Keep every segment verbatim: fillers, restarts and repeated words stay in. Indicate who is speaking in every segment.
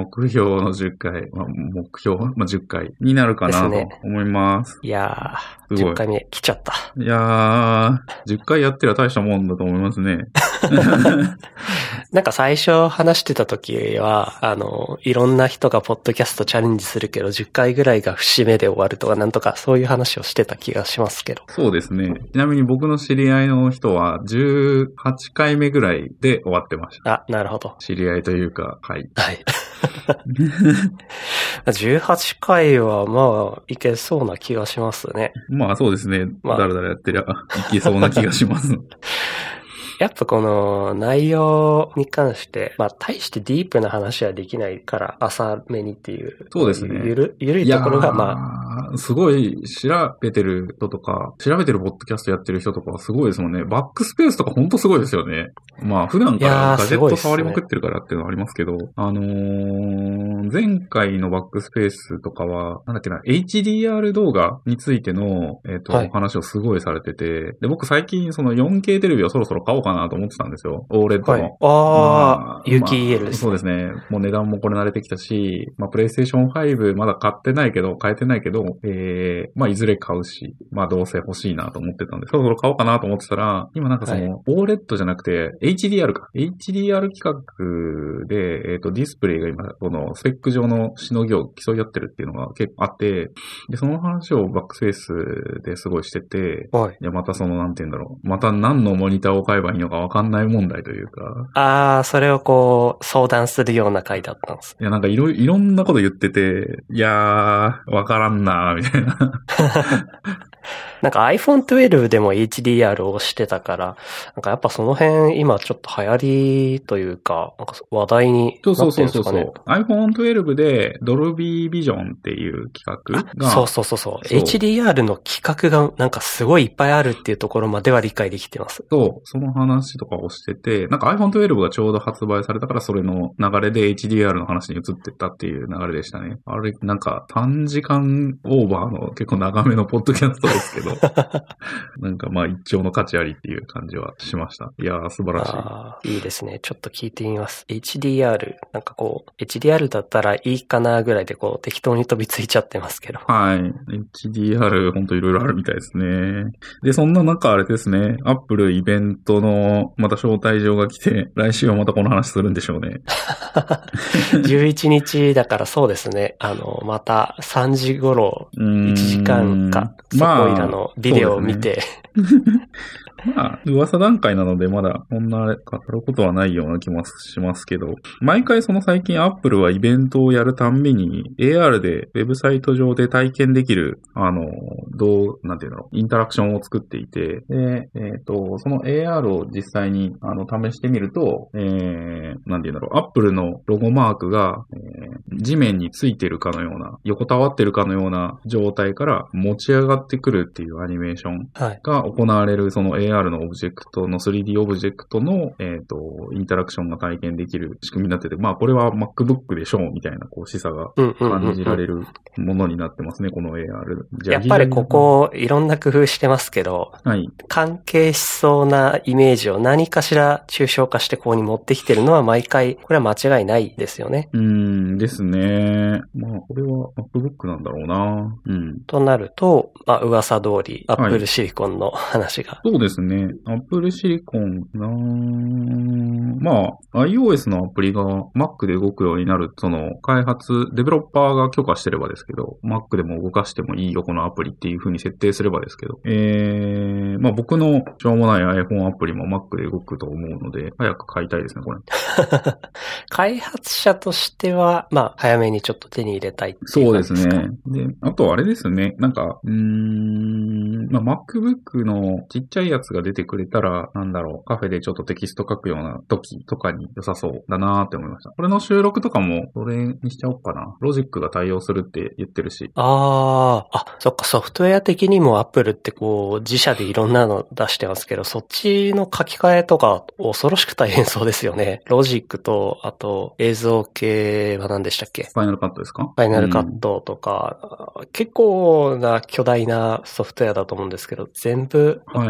Speaker 1: 目標のじゅっかい、まあ、目標、まあ、じゅっかいになるかなと思います。
Speaker 2: すね、いやー、じゅっかいめ来ちゃった。
Speaker 1: いやー、じゅっかいやってりゃ大したもんだと思いますね。
Speaker 2: なんか最初話してた時は、あの、いろんな人がポッドキャストチャレンジするけど、じゅっかいぐらいが節目で終わるとかなんとかそういう話をしてた気がしますけど。
Speaker 1: そうですね。ちなみに僕の知り合いの人はじゅうはちかいめぐらいで終わってました。
Speaker 2: あ、なるほど。
Speaker 1: 知り合いというか、はい。
Speaker 2: はい。じゅうはちかいはまあいけそうな気がしますね。
Speaker 1: まあそうですね。まあ、だらだらやってりゃいけそうな気がします。
Speaker 2: やっぱこの内容に関して、まあ大してディープな話はできないから浅めにっていう。
Speaker 1: そうですね。
Speaker 2: ゆる、ゆるいところがま
Speaker 1: あ。すごい調べてる人とか、調べてるポッドキャストやってる人とかはすごいですもんね。バックスペースとかほんとすごいですよね。まあ普段からガジェット触りまくってるからっていうのはありますけど、ね、あのー、前回のバックスペースとかは、なんだっけな、エイチディーアール 動画についての、えっと、はい、話をすごいされてて、で、僕最近その よんケー テレビをそろそろ買おうかなと思ってたんですよ。オーレッドの。はい、
Speaker 2: ああ、まあ、ユーキーイーエル ですね、
Speaker 1: まあ。そうですね。もう値段もこれ慣れてきたし、まあ、プレイステーションファイブまだ買ってないけど、買えてないけど、えー、まあ、いずれ買うし、まあ、どうせ欲しいなと思ってたんで、そろそろ買おうかなと思ってたら、今なんかその、はい、オーレッド じゃなくて、エイチディーアール か。エイチディーアール 規格で、えっと、ディスプレイが今、このスペック上のしのぎを競い合ってるっていうのが結構あって、で、その話をバックスペースですごいしてて、はい。いや、またその、なんて言うんだろう。また何のモニターを買えばいいのかわかんない問題というか。
Speaker 2: ああ、それをこう、相談するような回だったんです。
Speaker 1: いや、なんかいろ、いろんなこと言ってて、いやー、わからんなー、みたいな。
Speaker 2: なんか アイフォントゥエルブ でも エイチディーアール を押してたから、なんかやっぱその辺今ちょっと流行りというか、なんか話題になってるんですかね。そうそうそうそう。
Speaker 1: アイフォントゥエルブ で Dolby Vision っていう企画が。
Speaker 2: そうそうそうそう。エイチディーアール の企画がなんかすごいいっぱいあるっていうところまでは理解できてます。
Speaker 1: そう、その話とかをしてて、なんか アイフォントゥエルブ がちょうど発売されたからそれの流れで エイチディーアール の話に移ってったっていう流れでしたね。あれ、なんかさんじかんオーバーの結構長めのポッドキャストですけど。なんかまあ一丁の価値ありっていう感じはしました。いやー素晴らしい。
Speaker 2: あいいですね。ちょっと聞いてみます。エイチディーアール、なんかこう、エイチディーアール だったらいいかなぐらいでこう適当に飛びついちゃってますけど。
Speaker 1: はい。エイチディーアール ほんといろいろあるみたいですね。で、そんな中あれですね、Apple イベントのまた招待状が来て、来週はまたこの話するんでしょうね。
Speaker 2: じゅういちにちだからそうですね。あの、またさんじ頃、いちじかんか、そこいらのビデオを見て、
Speaker 1: まあ、噂段階なのでまだこんな語ることはないような気もしますけど、毎回その最近 Apple はイベントをやるたんびに エーアール でウェブサイト上で体験できる、あの、どう、なんていうんだろう、インタラクションを作っていて、で、えっと、その エーアール を実際にあの試してみると、えー、なんていうんだろう、Apple のロゴマークが、えー、地面についてるかのような、横たわってるかのような状態から持ち上がってくるっていうアニメーションが行われるその エーアール のオブジェクトの スリーディー オブジェクトの、えっと、インタラクションが体験できる仕組みになってて、まあこれは MacBook でしょうみたいなこう示唆が感じられるものになってますね、この エーアール。
Speaker 2: じゃあやっぱりここいろんな工夫してますけど、はい、関係しそうなイメージを何かしら抽象化してここに持ってきてるのは毎回、これは間違いないですよね。
Speaker 1: うーんですね。まあこれは MacBook なんだろうな。うん。
Speaker 2: となると、まあ噂通り Apple シリコンの話が、
Speaker 1: はい。そうですね。Apple シリコンなまあ、iOS のアプリが Mac で動くようになる、その開発、デベロッパーが許可してればですけど、Mac でも動かしてもいいよ、このアプリっていう風に設定すればですけど、えー、まあ僕のしょうもない iPhone アプリも Mac で動くと思うので、早く買いたいですね、これ。
Speaker 2: 開発者としては、まあ早めにちょっと手に入れたいっていう感じですか。
Speaker 1: そうですね。で、あとあれですね、なんか、うーん、まあ MacBook のちっちゃいやつが出てくれたら、なんだろう、カフェでちょっとテキスト書くような時とかに良さそうだなーって思いました。これの収録とかも、それにしちゃおうかな。ロジックが対応するって言ってるし。
Speaker 2: ああ、あ、そっか、ソフトウェア的にも Apple ってこう、自社でいろんなの出してますけど、そっちの書き換えとか恐ろしく大変そうですよね。ロジックと、あと映像系は何でしたっけ？
Speaker 1: ファイナルカットですか？
Speaker 2: ファイナルカットとか、うん、結構な巨大なソフトウェアだと思うんですけど、全部 Apple シリコ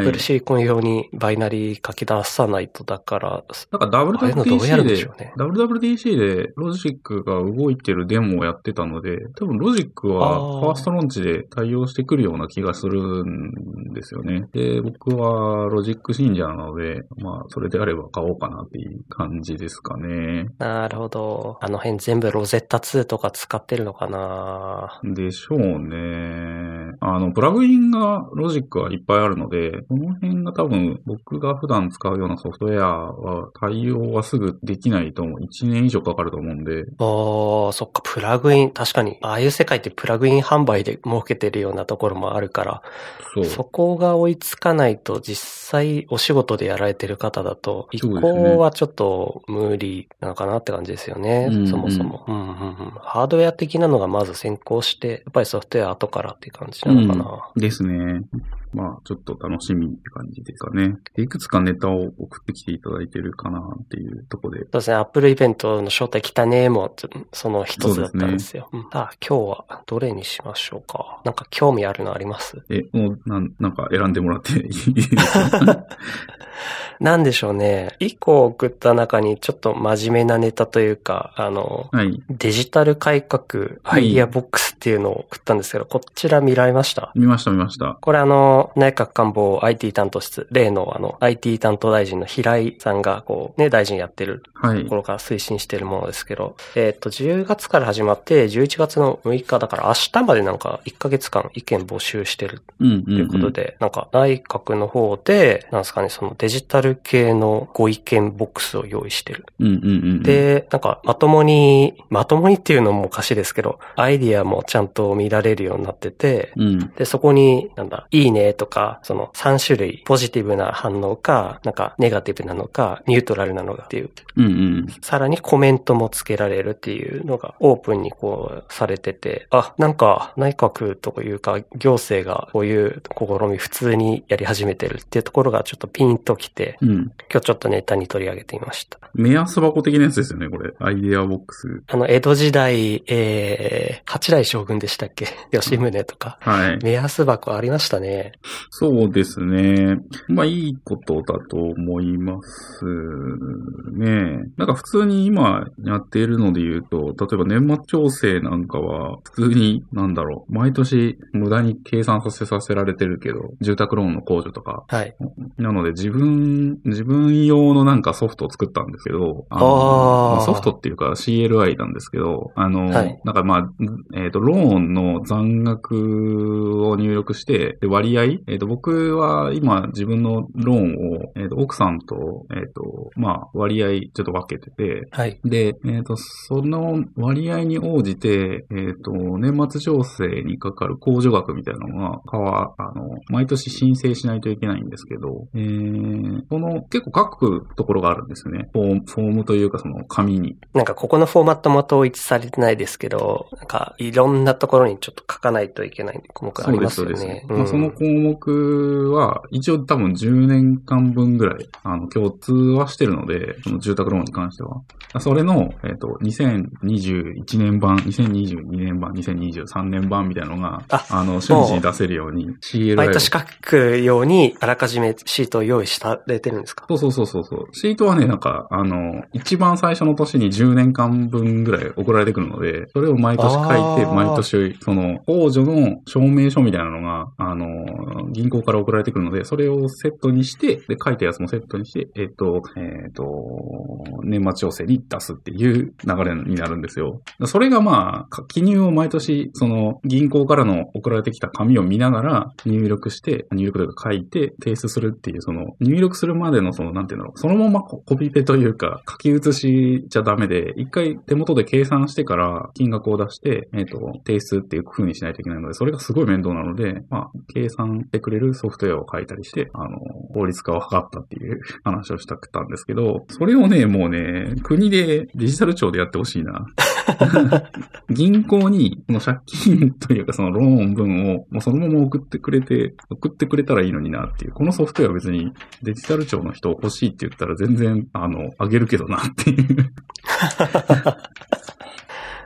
Speaker 2: コン用にバイナリー書き出さないとだから、
Speaker 1: なんか ダブリューダブリューディーシー で、
Speaker 2: ね、
Speaker 1: ダブリューダブリューディーシー でロジックが動いてるデモをやってたので、多分ロジックはファーストローンチで対応してくるような気がするんですよね。で、僕はロジック信者なので、まあ、それであれば買おうかなっていう感じですかね。
Speaker 2: なるほど。あの辺全部ロゼッタツーとか使ってるのかな。
Speaker 1: でしょうね。あの、プラグインがロジックはいっぱいあるので、この辺が多分僕が普段使うようなソフトウェアは対応はすぐできないと思う。いちねん以上かかると思うんで。
Speaker 2: ああ、そっか、プラグイン、確かに、ああいう世界ってプラグイン販売で儲けてるようなところもあるから、そう。そこが追いつかないと実際お仕事でやられてる方だと、移行はちょっと無理なのかなって感じですよね。うんうん、そもそも、うんうんうん。ハードウェア的なのがまず先行して、やっぱりソフトウェア後からっていう感じなのかな。
Speaker 1: うん、ですね。まあ、ちょっと楽しみって感じですかね。いくつかネタを送ってきていただいてるかなっていうところで。
Speaker 2: そうですね。アップルイベントの招待来たねも、その一つだったんですよ。そうですね。うん、あ、今日はどれにしましょうか。なんか興味あるのあります？
Speaker 1: え、もう、なん、なんか選んでもらっていいですか？
Speaker 2: なんでしょうね。一個送った中にちょっと真面目なネタというか、あの、はい、デジタル改革アイディアボックスっていうのを送ったんですけど、はい、こちら見られました？
Speaker 1: 見ました見ました。
Speaker 2: これあの、内閣官房 アイティー 担当室、例のあの、アイティー 担当大臣の平井さんがこう、ね、大臣やってるところから推進しているものですけど、はい、えっと、じゅうがつから始まって、じゅういちがつのむいかだから明日までなんかいっかげつかん意見募集してるということで、うんうんうん、なんか内閣の方で、なんですかね、そのデジタル系のご意見ボックスを用意してる。
Speaker 1: うんうんうんうん、
Speaker 2: で、なんかまともに、まともにっていうのもおかしいですけど、アイディアもちゃんと見られるようになってて、
Speaker 1: うん、
Speaker 2: で、そこに、なんだ、いいねとか、そのさん種類、ポジティブな反応か、なんかネガティブなのか、ニュートラルなのかっていう。
Speaker 1: うんうん、
Speaker 2: さらにコメントもつけられるっていうのがオープンにこうされてて、あ、なんか内閣というか行政がこういう試み普通にやり始めてるっていうところがちょっとピンときて、
Speaker 1: うん、
Speaker 2: 今日ちょっとネタに取り上げてみました。
Speaker 1: 目安箱的なやつですよね、これ。アイデアボックス。
Speaker 2: あの、江戸時代、えー、八代将軍でしたっけ？吉宗とか。
Speaker 1: はい。
Speaker 2: 目安箱ありましたね。
Speaker 1: そうですね。まあ、いいことだと思いますね。なんか普通に今やっているので言うと、例えば年末調整なんかは、普通に、なんだろう、毎年無駄に計算させさせられてるけど、住宅ローンの控除とか。
Speaker 2: はい。
Speaker 1: なので自分、自分用のなんかソフトを作ったんですけど、
Speaker 2: あの
Speaker 1: あまあ、ソフトっていうか シーエルアイ なんですけど、あの、はい、なんかまあ、えっと、ローンの残額を入力して、で割合、えっと、僕は今自分のローンを、えっと、奥さんと、えっと、まあ、割合ちょっと分けてて、
Speaker 2: はい。
Speaker 1: で、えっと、その割合に応じて、えっと、年末調整にかかる控除額みたいなのが、かわ、あの、毎年申請しないといけないんですけど、えー、この結構書くところがあるんですよね。フォーム、フォームというかその紙に。
Speaker 2: なんかここのフォーマットも統一されてないですけど、なんかいろんなところにちょっと書かないといけない項目ありますよね。
Speaker 1: そうです、そうです。うん、まあ、その項目は一応多分じゅうねんかんぶんぐらいあの共通はしてるので、その住宅ローンに関しては。それの、えっと、にせんにじゅういちねんばん、にせんにじゅうにねんばん、にせんにじゅうさんねんばんみたいなのが、あ, あの、瞬時に出せるように シーエルアイ を。
Speaker 2: 毎年書くようにあらかじめシートを用意されてるんですか？
Speaker 1: そうそうそうそう。シートはね、なんか、あの、一番最初の年にじゅうねんかんぶんぐらい送られてくるので、それを毎年書いて、毎年、その、控除の証明書みたいなのが、あの、銀行から送られてくるので、それをセットにして、で、書いたやつもセットにして、えっと、えっと、年末調整に出すっていう流れになるんですよ。それがまあ、記入を毎年、その、銀行からの送られてきた紙を見ながら入力して、入力というか書いて提出するっていう、その、入力するまでのその、なんていうんだろう、そのままコピペというか、書き写しじゃダメで、一回手元で計算してから金額を出して、えっと、提出っていう風にしないといけないので、それがすごい面倒なので、まあ、計算してくれるソフトウェアを書いたりして、あの、効率化を図ったっていう話をしたくったんですけど、それをね、もうね、国でデジタル庁でやってほしいな。銀行に、この借金というかそのローン分をもうそのまま送ってくれて、送ってくれたらいいのになっていう。このソフトウェア別にデジタル庁の人欲しいって言ったら全然、あの、あげるけどなっていう。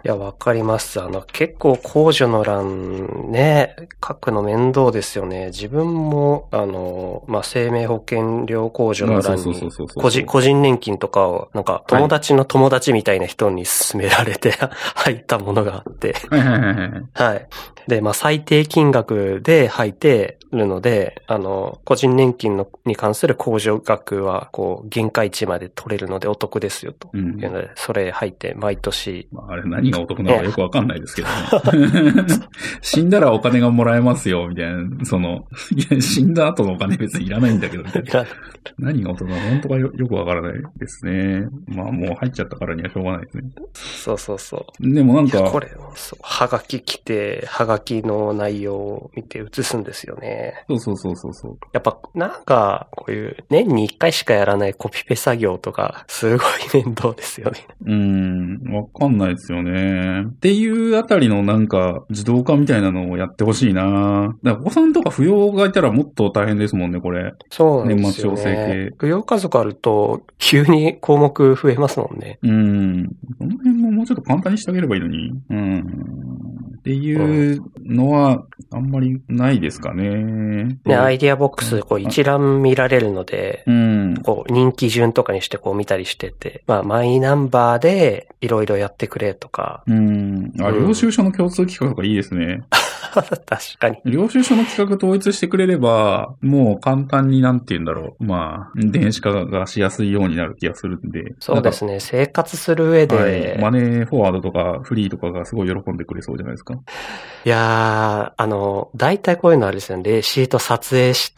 Speaker 2: いや、わかります。あの、結構控除の欄ね、書くの面倒ですよね。自分も、あの、まあ、生命保険料控除の欄に、個人、個人年金とかを、なんか、友達の友達みたいな人に勧められて入ったものがあって。
Speaker 1: はいはいはいはい。
Speaker 2: はい。で、まあ、最低金額で入ってるので、あの、個人年金のに関する控除額は、こう、限界値まで取れるのでお得ですよ、というので、うん、それ入って毎年。
Speaker 1: まあ、あれ何がお得なのかよくわかんないですけどね。死んだらお金がもらえますよ、みたいな、その、いや、死んだ後のお金別にいらないんだけど、みたいな。何がお得なのか本当か よ, よくわからないですね。まあ、もう入っちゃったからにはしょうがないですね。
Speaker 2: そうそうそう。
Speaker 1: でもなんか、
Speaker 2: これをそう、はがき来て、はがきの内容を見て写すんですよね。
Speaker 1: そうそうそうそうそう。
Speaker 2: やっぱ、なんか、こういう、年に一回しかやらないコピペ作業とか、すごい面倒ですよね。
Speaker 1: うーん、わかんないですよね。っていうあたりのなんか、自動化みたいなのをやってほしいな。だからお子さんとか扶養がいたらもっと大変ですもんね、これ。
Speaker 2: そうなんですよね。年末調整系。扶養家族あると、急に項目増えますもんね。
Speaker 1: うん。この辺ももうちょっと簡単にしてあげればいいのに。うん。っていうのは、あんまりないですかね。
Speaker 2: ね、アイディアボックス、こう一覧見られるので、うん、こう人気順とかにしてこう見たりしてて、まあマイナンバーでいろいろやってくれとか。
Speaker 1: うん。あ、領収書の共通規格とかいいですね。
Speaker 2: 確かに。
Speaker 1: 領収書の規格統一してくれれば、もう簡単になんて言うんだろう。まあ、電子化がしやすいようになる気がするんで。
Speaker 2: そうですね。生活する上で、はい、
Speaker 1: マネーフォワードとかフリーとかがすごい喜んでくれそうじゃないですか。
Speaker 2: いやー、あの、大体こういうのあれですよね。レシート撮影して、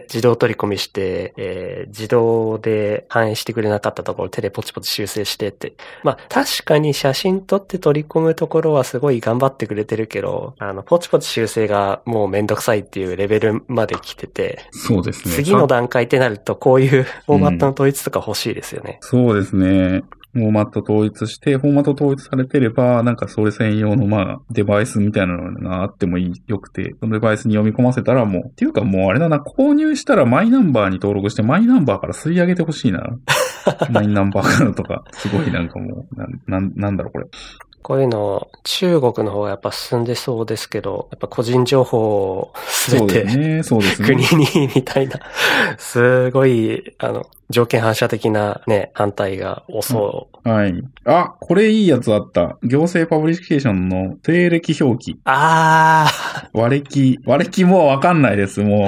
Speaker 2: 自動取り込みして、えー、自動で反映してくれなかったところ手でポチポチ修正してって。まあ、確かに写真撮って取り込むところはすごい頑張ってくれてるけど、あの、ポチポチ修正がもうめんどくさいっていうレベルまで来てて。
Speaker 1: そうですね。
Speaker 2: 次の段階ってなるとこういうフォーマットの統一とか欲しいですよね。
Speaker 1: うん、そうですね。フォーマット統一して、フォーマット統一されてれば、なんかそれ専用のまあ、デバイスみたいなのがあってもいい、よくて、そのデバイスに読み込ませたらもう、っていうかもうあれだな、購入したらマイナンバーに登録して、マイナンバーから吸い上げてほしいな。マイナンバーからとか、すごいなんかもう、な、な、なんだろうこれ。
Speaker 2: こういうの、中国の方がやっぱ進んでそうですけど、やっぱ個人情報をすべて、ねそうですね、国にみたいな、すごい、あの、条件反射的なね、反対が遅
Speaker 1: い、うん。はい。あ、これいいやつあった。行政パブリケーションの西暦表記。
Speaker 2: あ
Speaker 1: ー。和暦。和暦もうわかんないです、も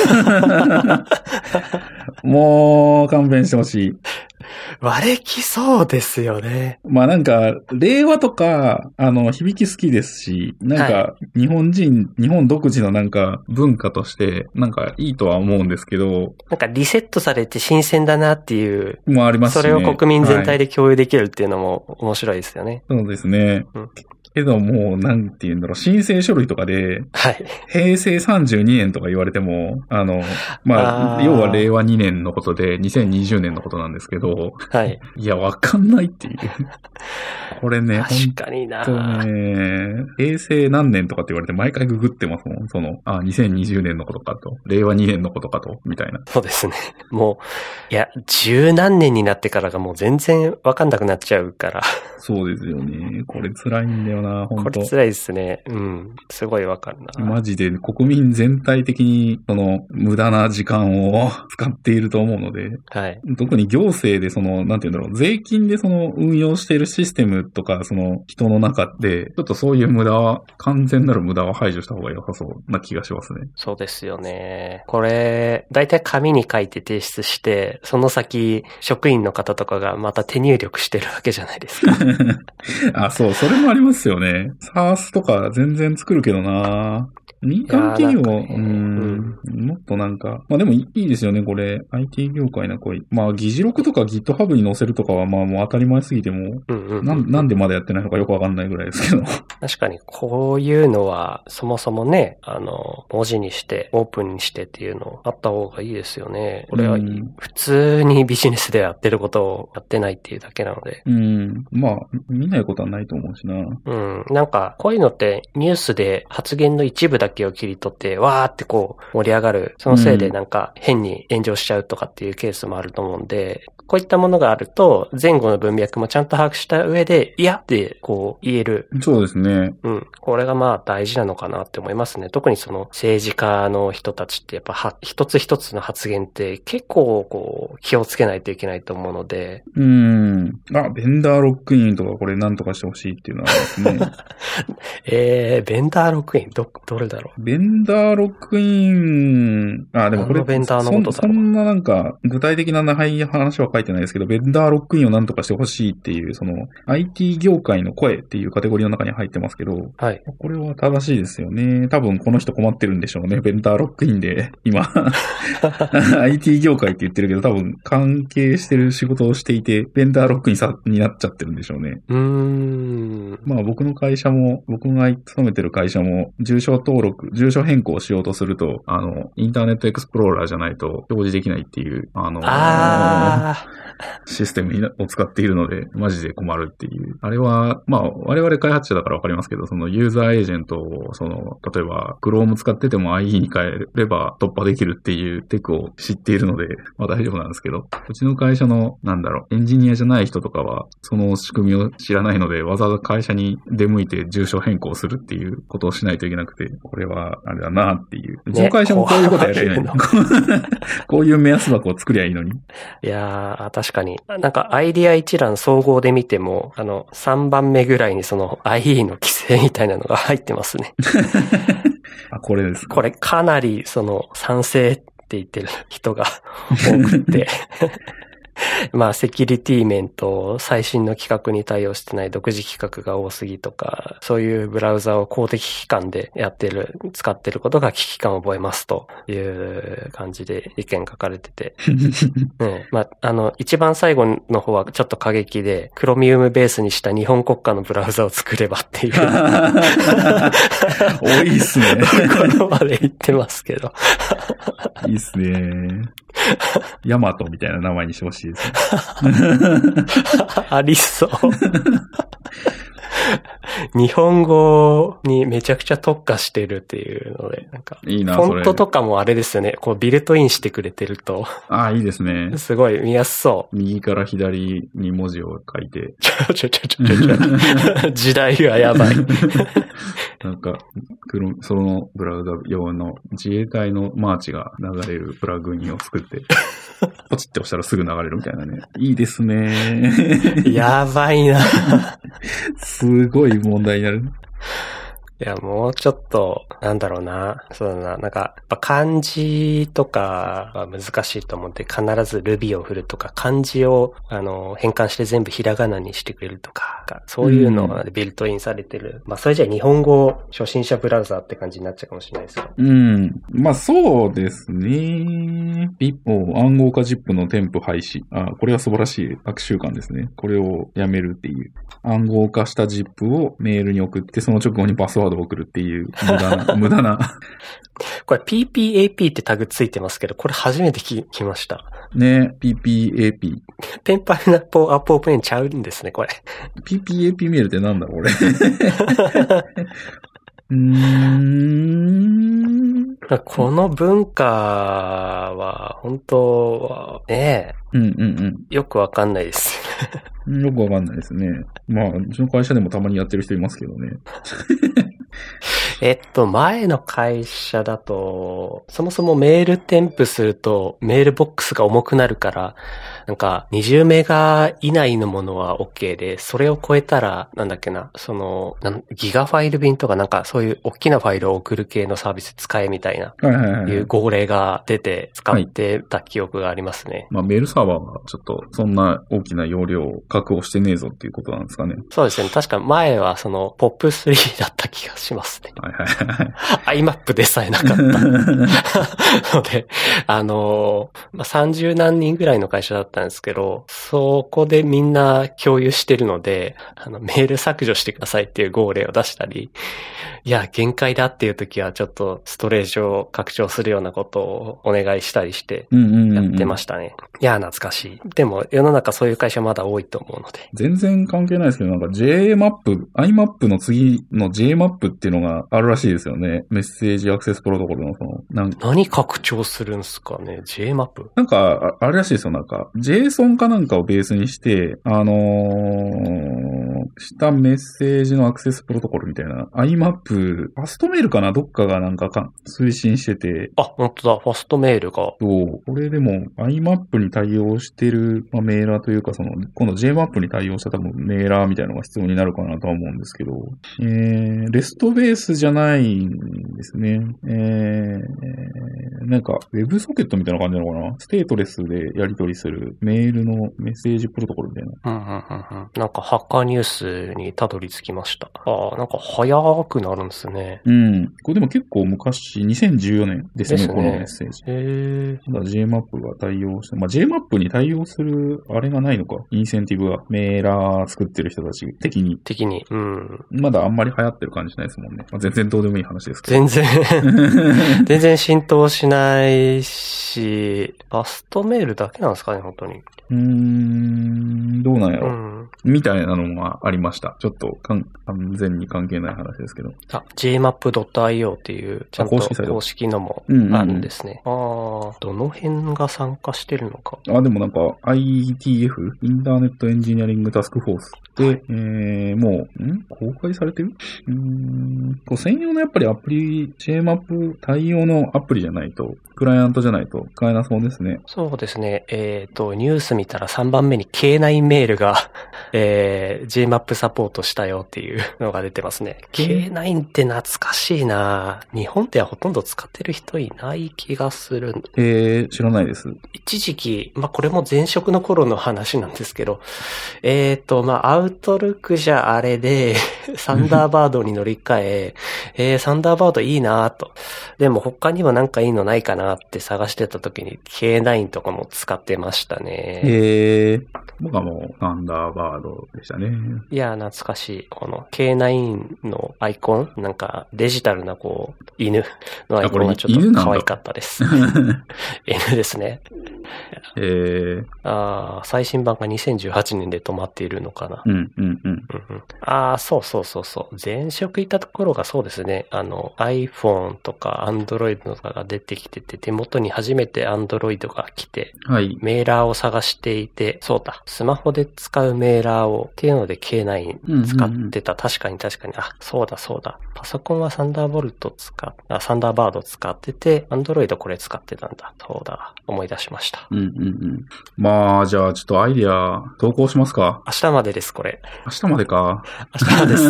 Speaker 1: う。もう、勘弁してほしい。
Speaker 2: 和暦そうですよね。
Speaker 1: まあなんか、令和とか、あの、響き好きですし、なんか、日本人、はい、日本独自のなんか、文化として、なんかいいとは思うんですけど。
Speaker 2: なんかリセットされて新鮮だなっていう。
Speaker 1: もありますね。
Speaker 2: それを国民全体で共有できるっていうのも面白いですよね。
Speaker 1: はい、そうですね。うんけどもう、なんて言うんだろう、申請書類とかで、
Speaker 2: はい。
Speaker 1: 平成さんじゅうにねんとか言われても、あの、まあ、あ要は令和にねんのことで、にせんにじゅうねんのことなんですけど、
Speaker 2: はい。
Speaker 1: いや、わかんないっていう。これね、
Speaker 2: 確かにな
Speaker 1: 本当ね、平成何年とかって言われて毎回ググってますもん。その、あ、にせんにじゅうねんのことかと、令和にねんのことかと、みたいな。
Speaker 2: そうですね。もう、いや、十何年になってからがもう全然わかんなくなっちゃうから。
Speaker 1: そうですよね。これ辛いんだよな、本当。
Speaker 2: これ辛いですね。うん。すごいわかるな。
Speaker 1: マジで国民全体的にその無駄な時間を使っていると思うので、
Speaker 2: はい。
Speaker 1: 特に行政でその、なんていうんだろう、税金でその運用しているシステムとか、その人の中で、ちょっとそういう無駄は、完全なる無駄は排除した方が良さそうな気がしますね。
Speaker 2: そうですよね。これ、だいたい紙に書いて提出して、その先、職員の方とかがまた手入力してるわけじゃないですか。
Speaker 1: あ、そう、それもありますよね。サースとか全然作るけどな民間企業、ね、うん、うん、もっとなんか、まあでもいいですよね、これ。アイティー 業界の声。まあ議事録とか GitHub に載せるとかはまあもう当たり前すぎても、うんうんうんうん、な, なんでまだやってないのかよくわかんないぐらいですけど。
Speaker 2: 確かにこういうのはそもそもね、あの、文字にしてオープンにしてっていうのあった方がいいですよね。これは普通にビジネスでやってることをやってないっていうだけなので。
Speaker 1: うん。まあ、見ないことはないと思うしな。
Speaker 2: うん。なんか、こういうのってニュースで発言の一部だけを切り取って、わーってこう盛り上がる。そのせいでなんか変に炎上しちゃうとかっていうケースもあると思うんで、 こういったものがあると、前後の文脈もちゃんと把握した上で、いやってこう言える。
Speaker 1: そうですね。
Speaker 2: うん。これがまあ大事なのかなって思いますね。特にその政治家の人たちってやっぱは一つ一つの発言って結構こう気をつけないといけないと思うので。
Speaker 1: うーん。あ、ベンダーロックインとかこれなんとかしてほしいっていうのはありますね。
Speaker 2: えー、ベンダーロックインど、どれだろう。
Speaker 1: ベンダーロックイン、あ、でもこれ、
Speaker 2: ベンダーのことだろう。
Speaker 1: そ、そんななんか具体的な話は書いてないですけど、ベンダーロックインをなんとかしてほしいっていう、その アイティー 業界の声っていうカテゴリーの中に入ってますけど、
Speaker 2: はい。
Speaker 1: これは正しいですよね。多分この人困ってるんでしょうね。ベンダーロックインで今アイティー 業界って言ってるけど、多分関係してる仕事をしていて、ベンダーロックインさになっちゃってるんでしょうね。
Speaker 2: うーん。
Speaker 1: まあ僕の会社も、僕が勤めてる会社も、住所登録、住所変更しようとすると、あの、インターネットエクスプローラーじゃないと表示できないっていう、あの、
Speaker 2: あ
Speaker 1: システムを使っているので、マジで困るっていう。あれは、まあ、我々開発者だからわかりますけど、そのユーザーエージェントを、その、例えば、Chrome 使ってても アイイー に変えれば突破できるっていうテクを知っているので、まあ大丈夫なんですけど、うちの会社の、なんだろう、エンジニアじゃない人とかは、その仕組みを知らないので、わざわざ会社に出向いて住所変更するっていうことをしないといけなくて、これは、あれだなっていう。うちの会社もこういうことやりゃいいのに。こういう目安箱を作りゃいいのに。
Speaker 2: いやー、確かに。なんかアイディア一覧総合で見ても、あの、さんばんめぐらいにその アイイー の規制みたいなのが入ってますね。
Speaker 1: あ、これです。
Speaker 2: これかなりその賛成って言ってる人が多くて。まあ、セキュリティ面と最新の規格に対応してない独自規格が多すぎとか、そういうブラウザを公的機関でやってる、使ってることが危機感を覚えますという感じで意見書かれてて。うん、まあ、あの、一番最後の方はちょっと過激で、クロミウムベースにした日本国家のブラウザを作ればっていう。
Speaker 1: 多いっすね。
Speaker 2: ここまで言ってますけど。
Speaker 1: いいっすね。ヤマトみたいな名前にしてほしいですね。
Speaker 2: ありそう。日本語にめちゃくちゃ特化してるっていうので、なんか、
Speaker 1: いいな、
Speaker 2: フォントとかもあれですよね。こうビルトインしてくれてると。
Speaker 1: ああ、いいですね。
Speaker 2: すごい見やすそう。
Speaker 1: 右から左に文字を書いて。
Speaker 2: ちょちょちょちょちょちょ。時代がやばい。
Speaker 1: なんか、そのブラウザ用の自衛隊のマーチが流れるプラグインを作って、ポチって押したらすぐ流れるみたいなね。いいですね。
Speaker 2: やばいな。
Speaker 1: すごい問題になる。
Speaker 2: いや、もうちょっと、なんだろうな。そうだな。なんか、やっぱ漢字とかは難しいと思って、必ず Ruby を振るとか、漢字を、あの、変換して全部ひらがなにしてくれるとか、そういうのがビルトインされてる。うん、まあ、それじゃ日本語初心者ブラウザーって感じになっちゃうかもしれないですけど。
Speaker 1: うん。まあ、そうですね。ピッポ、暗号化 ジップ の添付廃止。あ、これは素晴らしい悪習慣ですね。これをやめるっていう。暗号化した ジップ をメールに送って、その直後にパスワードを送るっていう無駄な、無駄な。
Speaker 2: これ ピーピーエーピー ってタグついてますけど、これ初めて聞きました。
Speaker 1: ね、ピーピーエーピー。
Speaker 2: ペンパイナッポーアップオープンちゃうんですね、これ。
Speaker 1: ピーピーエーピー メールってなんだろう、俺。うーん。
Speaker 2: この文化は、本当は、ね
Speaker 1: え。うんうんうん。
Speaker 2: よくわかんないです。
Speaker 1: よくわかんないですね。まあ、うちの会社でもたまにやってる人いますけどね。
Speaker 2: えっと、前の会社だと、そもそもメール添付すると、メールボックスが重くなるから、なんか、にじゅうメガ以内のものは OK で、それを超えたら、なんだっけな、その、ギガファイル便とかなんか、そういう大きなファイルを送る系のサービス使えみたいな、
Speaker 1: はいはいはい、
Speaker 2: いう号令が出て、使ってた記憶がありますね。はい、
Speaker 1: まあ、メールサーバーはちょっと、そんな大きな容量を確保してねえぞっていうことなんですかね。
Speaker 2: そうですね。確か前は、その、ポップスリー だった気がしますね。
Speaker 1: はいはいはい。
Speaker 2: アイマップ でさえなかった。ので、あの、まあ、さんじゅうなんにんぐらいの会社だったんですけど、そこでみんな共有してるので、あの、メール削除してくださいっていう号令を出したり、いや、限界だっていう時はちょっとストレージを拡張するようなことをお願いしたりしてやってましたね。うんうんうんうん、いや、懐かしい。でも世の中そういう会社まだ多いと思うので。
Speaker 1: 全然関係ないですけど、なんか ジェイマップ、アイマップ の次の ジェイマップっっていうのがあるらしいですよね。メッセージアクセスプロトコルのその、
Speaker 2: なん何拡張するんすかね ?ジェイマップ?
Speaker 1: なんか、あれらしいですよ。なんか、JSON かなんかをベースにして、あのー、したメッセージのアクセスプロトコルみたいな、アイマップ、ファストメールかなどっかがなんかか推進してて。
Speaker 2: あ、本当だ。ファストメールが。
Speaker 1: そう。これでも、アイマップに対応してる、まあ、メーラーというか、その、今度 ジェイマップに対応した多分メーラーみたいなのが必要になるかなとは思うんですけど、えー、レストベースじゃないんですね。えー、なんか、ウェブソケットみたいな感じなのかなステートレスでやり取りするメールのメッセージプロトコルみたいな。
Speaker 2: うんうんうんうん。なんかハッカーニュースにたどり着きました。ああ、なんか早くなるんですね。
Speaker 1: うん。これでも結構昔、にせんじゅうよねんですね、
Speaker 2: ですね
Speaker 1: このメッセージ。
Speaker 2: へ
Speaker 1: ただ ジェイマップ が対応して、まあ ジェイマップ に対応するあれがないのか。インセンティブがメーラー作ってる人たち的に。
Speaker 2: 的に。うん。
Speaker 1: まだあんまり流行ってる感じないですもんね。まあ、全然どうでもいい話ですけど。
Speaker 2: 全然、全然浸透しないし、ファストメールだけなんですかね、本当に。
Speaker 1: うーん、どうなんやろ、うん、みたいなのがありました。ちょっとかん完全に関係ない話ですけど。
Speaker 2: あ、ジェイマップドットアイオー っていう、ちゃんと公式のもあるんですね。うんうんうん、ああ、どの辺が参加してるのか。
Speaker 1: あ、でもなんか アイティーエフ、インターネットエンジニアリングタスクフォースで、はい、えー、もう、ん公開されてるうーん、こう専用のやっぱりアプリ、ジェイマップ 対応のアプリじゃないと、クライアントじゃないと使えなそうですね。
Speaker 2: そうですね。えっと、ニュース見たらさんばんめに ケーナイン メールが、えー、ジェイマップ サポートしたよっていうのが出てますね。ケーナイン って懐かしいな日本ではほとんど使ってる人いない気がする。
Speaker 1: えー、知らないです。
Speaker 2: 一時期、まあ、これも前職の頃の話なんですけど、えっと、まあ、アウトルックじゃあれで、サンダーバードに乗り換え、えー、サンダーバードいいなと。でも他にもなんかいいのないかなって探してた時に ケーナイン とかも使ってましたね。
Speaker 1: へー。僕はもうサンダーバードでしたね。
Speaker 2: いや、懐かしい。この ケーナイン のアイコン、なんかデジタルなこう、犬のアイコンがちょっと可愛かったです。犬ですね。
Speaker 1: えー、
Speaker 2: ああ、最新版がにせんじゅうはちねんで止まっているのかな。
Speaker 1: うんうんうん。うんうん、
Speaker 2: ああ、そうそうそうそう。前職いたところがそうですね。あの iPhone とか Android とかが出てきてて、手元に初めて Android が来て、
Speaker 1: はい、
Speaker 2: メーラーを探していて、そうだ、スマホで使うメーラーをっていうので ケーナイン 使ってた。うんうんうん、確かに確かに。あ、そうだそうだ。パソコンはサンダーボルト使っ、あ、サンダーバード使ってて、Android これ使ってたんだ。そうだ。思い出しました。
Speaker 1: うんうんうん。まあ、じゃあちょっとアイディア投稿しますか。
Speaker 2: 明日までです、これ。
Speaker 1: 明日までか。
Speaker 2: 明日までです。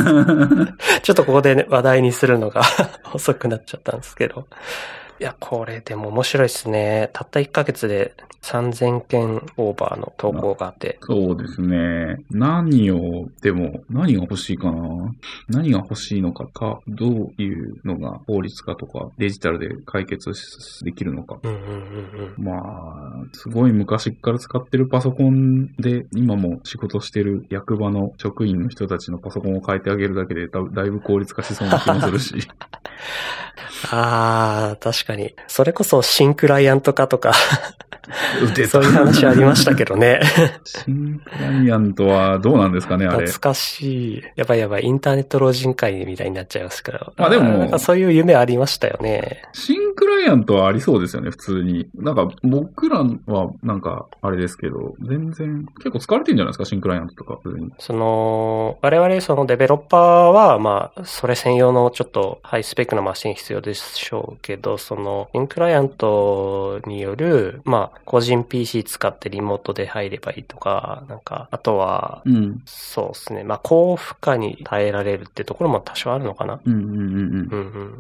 Speaker 2: ちょっとここで、ね、話題にするのが遅くなっちゃったんですけど。いや、これでも面白いですね。たったいっかげつでさんぜんけんオーバーの投稿があって。
Speaker 1: そうですね。何を、でも、何が欲しいかな。何が欲しいのかか、どういうのが法律かとか、デジタルで解決できるのか。
Speaker 2: うんうんうんうん、
Speaker 1: まあ、すごい昔から使ってるパソコンで、今も仕事してる役場の職員の人たちのパソコンを変えてあげるだけでだ、だいぶ効率化しそうな気もするし。
Speaker 2: ああ、確かに。それこそ新クライアント化とかそういう話ありましたけどね。
Speaker 1: 新クライアントはどうなんですかね、あれ。
Speaker 2: 懐かしい。やばいやばい、インターネット老人会みたいになっちゃいますから。
Speaker 1: まあでも、
Speaker 2: なんかそういう夢ありましたよね。
Speaker 1: 新クライアントはありそうですよね、普通に。なんか僕らはなんかあれですけど、全然結構使われてるんじゃないですか、新クライアントとか。普通に
Speaker 2: その、我々そのデベロッパーは、まあ、それ専用のちょっとハイスペックなマシン必要でしょうけど、その、新クライアントによる、まあ、個人 ピーシー 使ってリモートで入ればいいとか、なんか、あとは、
Speaker 1: うん、
Speaker 2: そうですね。まあ、高負荷に耐えられるってところも多少あるのかな。
Speaker 1: うんうんうんうん。
Speaker 2: うんうん。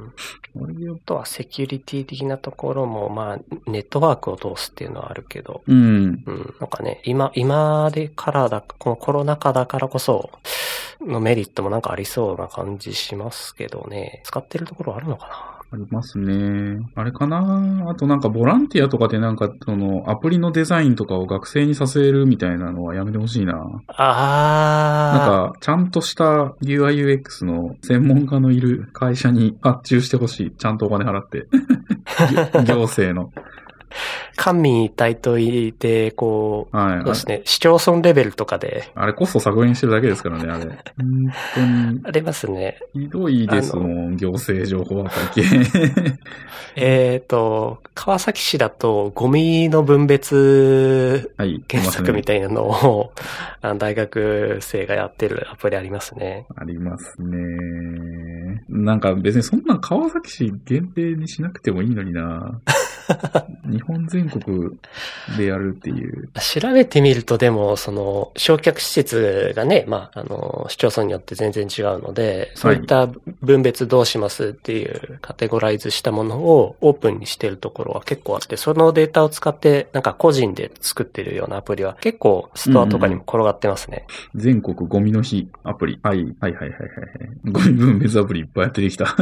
Speaker 2: あとはセキュリティ的なところも、まあ、ネットワークを通すっていうのはあるけど、
Speaker 1: うん。うん。
Speaker 2: なんかね、今、今でからだ、このコロナ禍だからこそ、のメリットもなんかありそうな感じしますけどね。使ってるところあるのかな？
Speaker 1: ありますね。あれかなあとなんかボランティアとかでなんかそのアプリのデザインとかを学生にさせるみたいなのはやめてほしいな。
Speaker 2: あ
Speaker 1: ー。なんかちゃんとした ユーアイユーエックス の専門家のいる会社に発注してほしい。ちゃんとお金払って。行政の。
Speaker 2: 官民一体といて、こう、
Speaker 1: はい。
Speaker 2: そうですね、市町村レベルとかで。
Speaker 1: あれコスト削減してるだけですからね、あれ。本当に。
Speaker 2: ありますね。
Speaker 1: ひどいですもん、行政情報体系。
Speaker 2: えっと、川崎市だと、ゴミの分別検索みたいなのを、はいね、大学生がやってるアプリありますね。
Speaker 1: ありますね。なんか別にそんな川崎市限定にしなくてもいいのにな。日本全国でやるっていう。
Speaker 2: 調べてみるとでも、その、焼却施設がね、まあ、あの、市町村によって全然違うので、そういった分別どうしますっていうカテゴライズしたものをオープンにしてるところは結構あって、そのデータを使って、なんか個人で作ってるようなアプリは結構ストアとかにも転がってますね。
Speaker 1: うんうん、全国ゴミの日アプリ。はい、はいはいはいはい。ゴミ分別アプリいっぱいやってできた。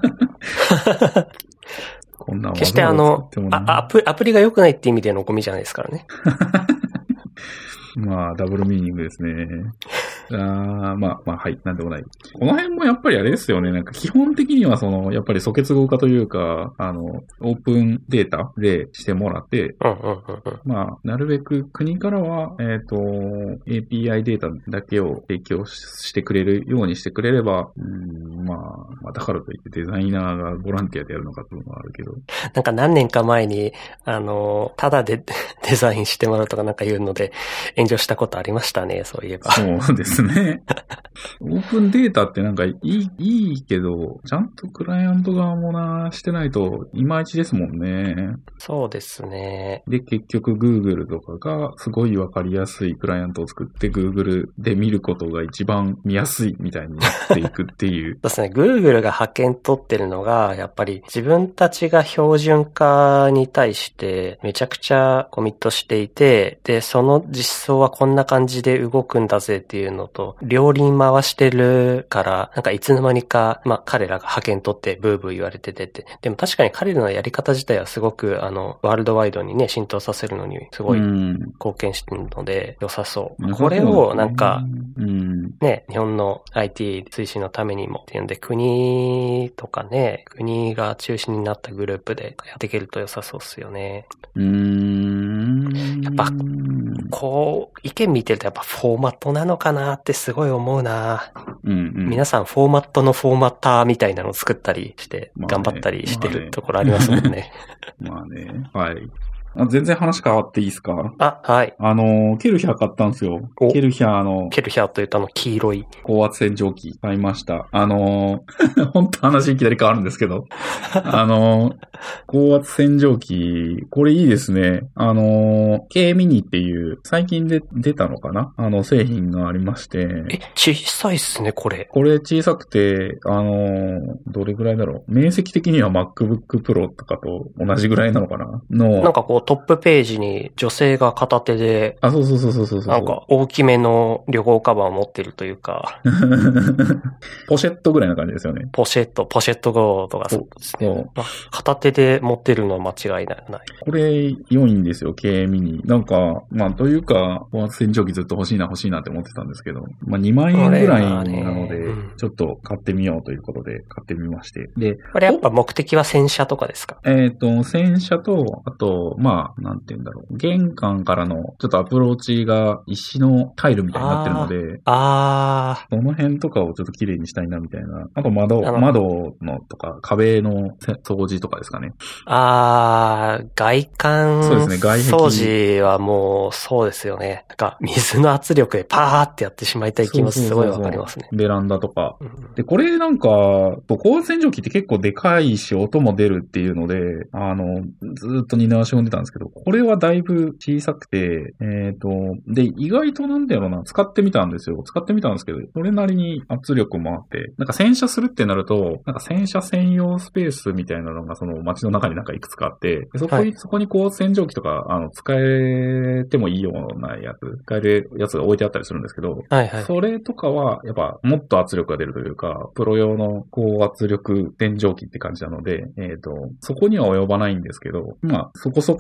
Speaker 1: こんな
Speaker 2: 決してあの、あ、アプ、アプリが良くないって意味でのゴミじゃないですからね。
Speaker 1: まあ、ダブルミーニングですね。あまあ、まあ、はい、なんでもない。この辺もやっぱりあれですよね。なんか基本的にはその、やっぱり素結合化というか、あの、オープンデータでしてもらって、
Speaker 2: うんうんうんうん、
Speaker 1: まあ、なるべく国からは、えっと、エーピーアイ データだけを提供してくれるようにしてくれれば、うんまあ、まあ、だからといってデザイナーがボランティアでやるのかというのはあるけど。
Speaker 2: なんか何年か前に、あの、ただでデザインしてもらうとかなんか言うので、炎上したことありましたね、そういえば。
Speaker 1: そうですね。オープンデータってなんかいい、いいけど、ちゃんとクライアント側もな、してないといまいちですもんね。
Speaker 2: そうですね。
Speaker 1: で、結局 Google とかがすごいわかりやすいクライアントを作って Google で見ることが一番見やすいみたいになっていくっていう。
Speaker 2: そうですね。Google が派遣取ってるのが、やっぱり自分たちが標準化に対してめちゃくちゃコミットしていて、で、その実装はこんな感じで動くんだぜっていうのと、両輪回してるから、なんかいつの間にか、まあ彼らが派遣取ってブーブー言われててって。でも確かに彼らのやり方自体はすごく、あの、ワールドワイドにね、浸透させるのにすごい貢献してるので、良さそう。これをなんか、ね、日本の アイティー 推進のためにもっていうんで、国とかね、国が中心になったグループでやっていけると良さそうっすよね。
Speaker 1: うーん。
Speaker 2: やっぱ、こう、意見見てるとやっぱフォーマットなのかなってすごい思うな。うんうん、皆さんフォーマットのフォーマッターみたいなのを作ったりして、頑張ったりしてるところありますもんね。
Speaker 1: まあね。はい。あ全然話変わっていいですか？
Speaker 2: あ、はい。
Speaker 1: あの、ケルヒャー買ったんですよ。ケルヒャーの。
Speaker 2: ケルヒャーというとあの黄色い。
Speaker 1: 高圧洗浄機買いました。あの、本当話いきなり変わるんですけど。あの、高圧洗浄機、これいいですね。あの、K ミニっていう、最近で出たのかなあの製品がありまして。
Speaker 2: え、小さいっすね、これ。
Speaker 1: これ小さくて、あの、どれぐらいだろう。面積的には MacBook Pro とかと同じぐらいなのかなの。
Speaker 2: なんかこうトップページに女性が片手で、
Speaker 1: あ、そうそうそうそうそうそう。
Speaker 2: なんか大きめの旅行カバンを持ってるというか。
Speaker 1: ポシェットぐらいな感じですよね。
Speaker 2: ポシェット、ポシェットゴーとかそうですね。まあ、片手で持ってるのは間違いない。
Speaker 1: これ良いんですよ、K ミニ。なんか、まあというか、高圧洗浄機ずっと欲しいな欲しいなって思ってたんですけど、まあにまんえんぐらいなので、うん、ちょっと買ってみようということで買ってみまして。で、
Speaker 2: これやっぱ目的は洗車とかですか？
Speaker 1: えっと、洗車と、あと、まあ、なんて言うんだろう。玄関からのちょっとアプローチが石のタイルみたいになってるので、
Speaker 2: ああ。
Speaker 1: その辺とかをちょっと綺麗にしたいなみたいな。あと窓、窓のとか壁の掃除とかですかね。
Speaker 2: ああ、外観
Speaker 1: そうですね、外壁
Speaker 2: 掃除はもうそうですよね。なんか水の圧力でパーってやってしまいたい気持ちすごいわかりますね。
Speaker 1: そうそうそうベランダとか。うん、で、これなんか、高圧洗浄機って結構でかいし音も出るっていうので、あの、ずーっと二の足を踏んでたんですけど、これはだいぶ小さくて、えっと、で、意外となんだろうな、使ってみたんですよ。使ってみたんですけど、それなりに圧力もあって、なんか洗車するってなると、なんか洗車専用スペースみたいなのがその街の中になんかいくつかあって、そこに、はい、そこに高圧洗浄機とか、あの、使えてもいいようなやつ、使えるやつが置いてあったりするんですけど、
Speaker 2: はいはい。
Speaker 1: それとかは、やっぱ、もっと圧力が出るというか、プロ用の高圧力洗浄機って感じなので、えっと、そこには及ばないんですけど、まあ、そこそこ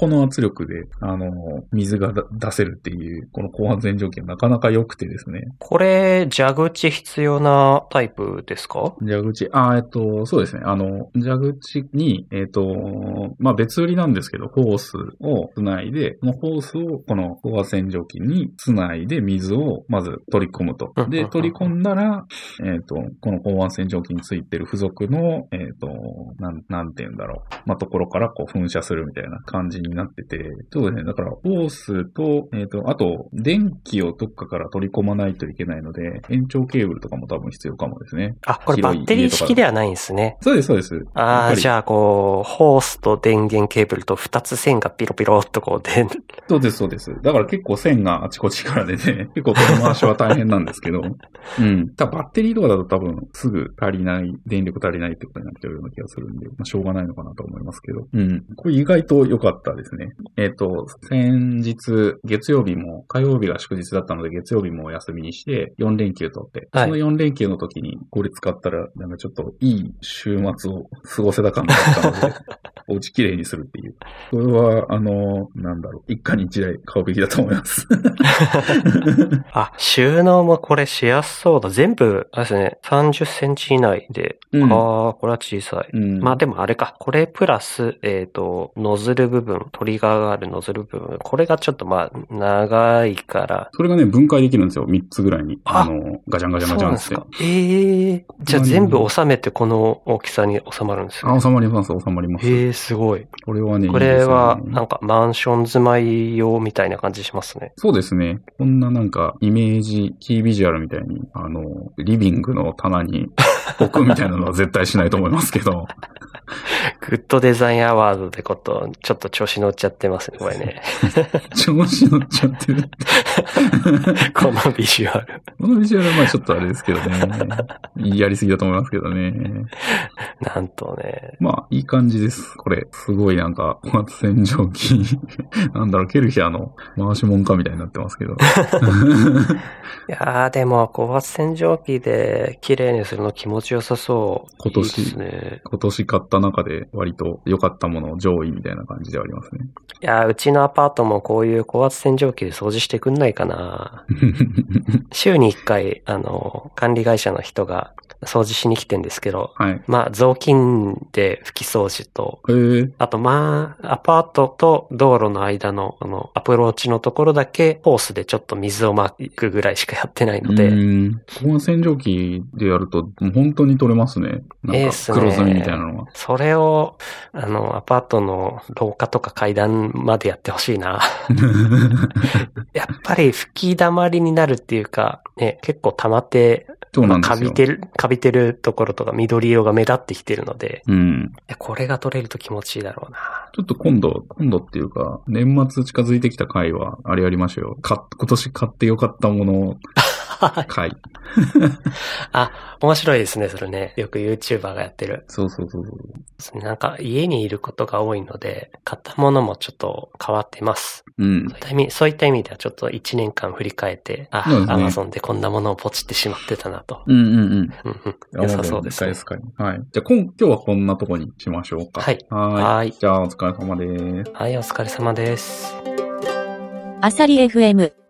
Speaker 1: この圧力で、あの、水が出せるっていう、この高圧洗浄機はなかなか良くてですね。
Speaker 2: これ、蛇口必要なタイプですか？
Speaker 1: 蛇口、あ、えっと、そうですね。あの、蛇口に、えっと、まあ、別売りなんですけど、ホースをつないで、このホースをこの高圧洗浄機につないで水をまず取り込むと。で、取り込んだら、えっと、この高圧洗浄機についてる付属の、えっと、なん、なんて言うんだろう。まあ、ところからこう噴射するみたいな感じになってて、そうですね。だから、ホースと、えっと、あと、電気をどっかから取り込まないといけないので、延長ケーブルとかも多分必要かもですね。
Speaker 2: あ、これバッテリー式ではないんですね。
Speaker 1: そうです、そうです。
Speaker 2: ああ、じゃあ、こう、ホースと電源ケーブルと二つ線がピロピロっとこうで。
Speaker 1: そうです、そうです。だから結構線があちこちから出て、結構取り回しは大変なんですけど、うん。ただバッテリーとかだと多分すぐ足りない、電力足りないってことになっちゃうような気がするんで、まあ、しょうがないのかなと思いますけど、うん。これ意外と良かったですね。えっと、先日、月曜日も、火曜日が祝日だったので月曜日もお休みにして、よん連休取って、はい、そのよん連休の時にこれ使ったら、なんかちょっといい週末を過ごせた感があったので、お家きれいにするっていう。これは、あの、なんだろう、一家に一台買うべきだと思います。
Speaker 2: あ、収納もこれしやすそうだ。全部、あれですね、さんじゅっセンチ以内で。うん、ああ、これは小さい。うん、まあでもあれか、これプラス、えっと、ノズル部分、トリガーがあるノズル部分、これがちょっとまあ、長いから。
Speaker 1: それがね、分解できるんですよ、みっつぐらいに。あの、ガチャンガチャンガチャンって。そうなんですか。
Speaker 2: ええー。じゃあ全部収めてこの大きさに収まるんですね。
Speaker 1: あ、収まります、収まります。
Speaker 2: ええー、すごい。
Speaker 1: これはね、
Speaker 2: これは、なんかマンション住まい用みたいな感じしますね。
Speaker 1: そうですね。こんななんか、イメージ、キービジュアルみたいに、あの、リビングの棚に置くみたいなのは絶対しないと思いますけど。
Speaker 2: グッドデザインアワードでこと、ちょっと調子乗っちゃってますね、これね。
Speaker 1: 調子乗っちゃってる。
Speaker 2: このビジュアル。
Speaker 1: このビジュアルはまあちょっとあれですけどね。やりすぎだと思いますけどね。
Speaker 2: なんとね。
Speaker 1: まあ、いい感じです。これ、すごいなんか、高圧洗浄機。なんだろう、ケルヒャーの回しもんかみたいになってますけど。
Speaker 2: いやー、でも、高圧洗浄機で綺麗にするの気持ちよさそう。
Speaker 1: 今年、
Speaker 2: いいですね、
Speaker 1: 今年買った中で割と良かったもの上位みたいな感じではありますね。
Speaker 2: いやー、うちのアパートもこういう高圧洗浄機で掃除してくんないかな。週にいっかい、あの、管理会社の人が掃除しに来てんですけど、はい、まあ、雑巾で拭き掃除と、あとまあ、アパートと道路の間の、あの、アプローチのところだけ、ホースでちょっと水をまくぐらいしかやってないので。
Speaker 1: 高圧洗浄機でやると、本当に取れますね。なんか黒ずみみたいなのは。
Speaker 2: それを、あの、アパートの廊下とか階段までやってほしいな。やっぱり吹き溜まりになるっていうか、ね、結構溜まって、まあ、カビてる、カビてるところとか緑色が目立ってきてるので、うん、これが取れると気持ちいいだろうな。
Speaker 1: ちょっと今度、今度っていうか、年末近づいてきた回は、あれやりましょう。か、今年買ってよかったもの回。
Speaker 2: あ、面白いですね、それね。よく YouTuber がやってる。
Speaker 1: そうそうそう
Speaker 2: そう。なんか家にいることが多いので、買ったものもちょっと変わっています。うん。そういった意味、そういった意味ではちょっといちねんかん振り返って、あ、ね、Amazon でこんなものをポチってしまってたなと。
Speaker 1: うんうんうん。
Speaker 2: 良さそうですね。
Speaker 1: はい。じゃあ今、今日はこんなとこにしましょうか。
Speaker 2: はい。
Speaker 1: はい。はい。じゃあお疲れ様です。
Speaker 2: はい、お疲れ様です。
Speaker 3: アサリ エフエム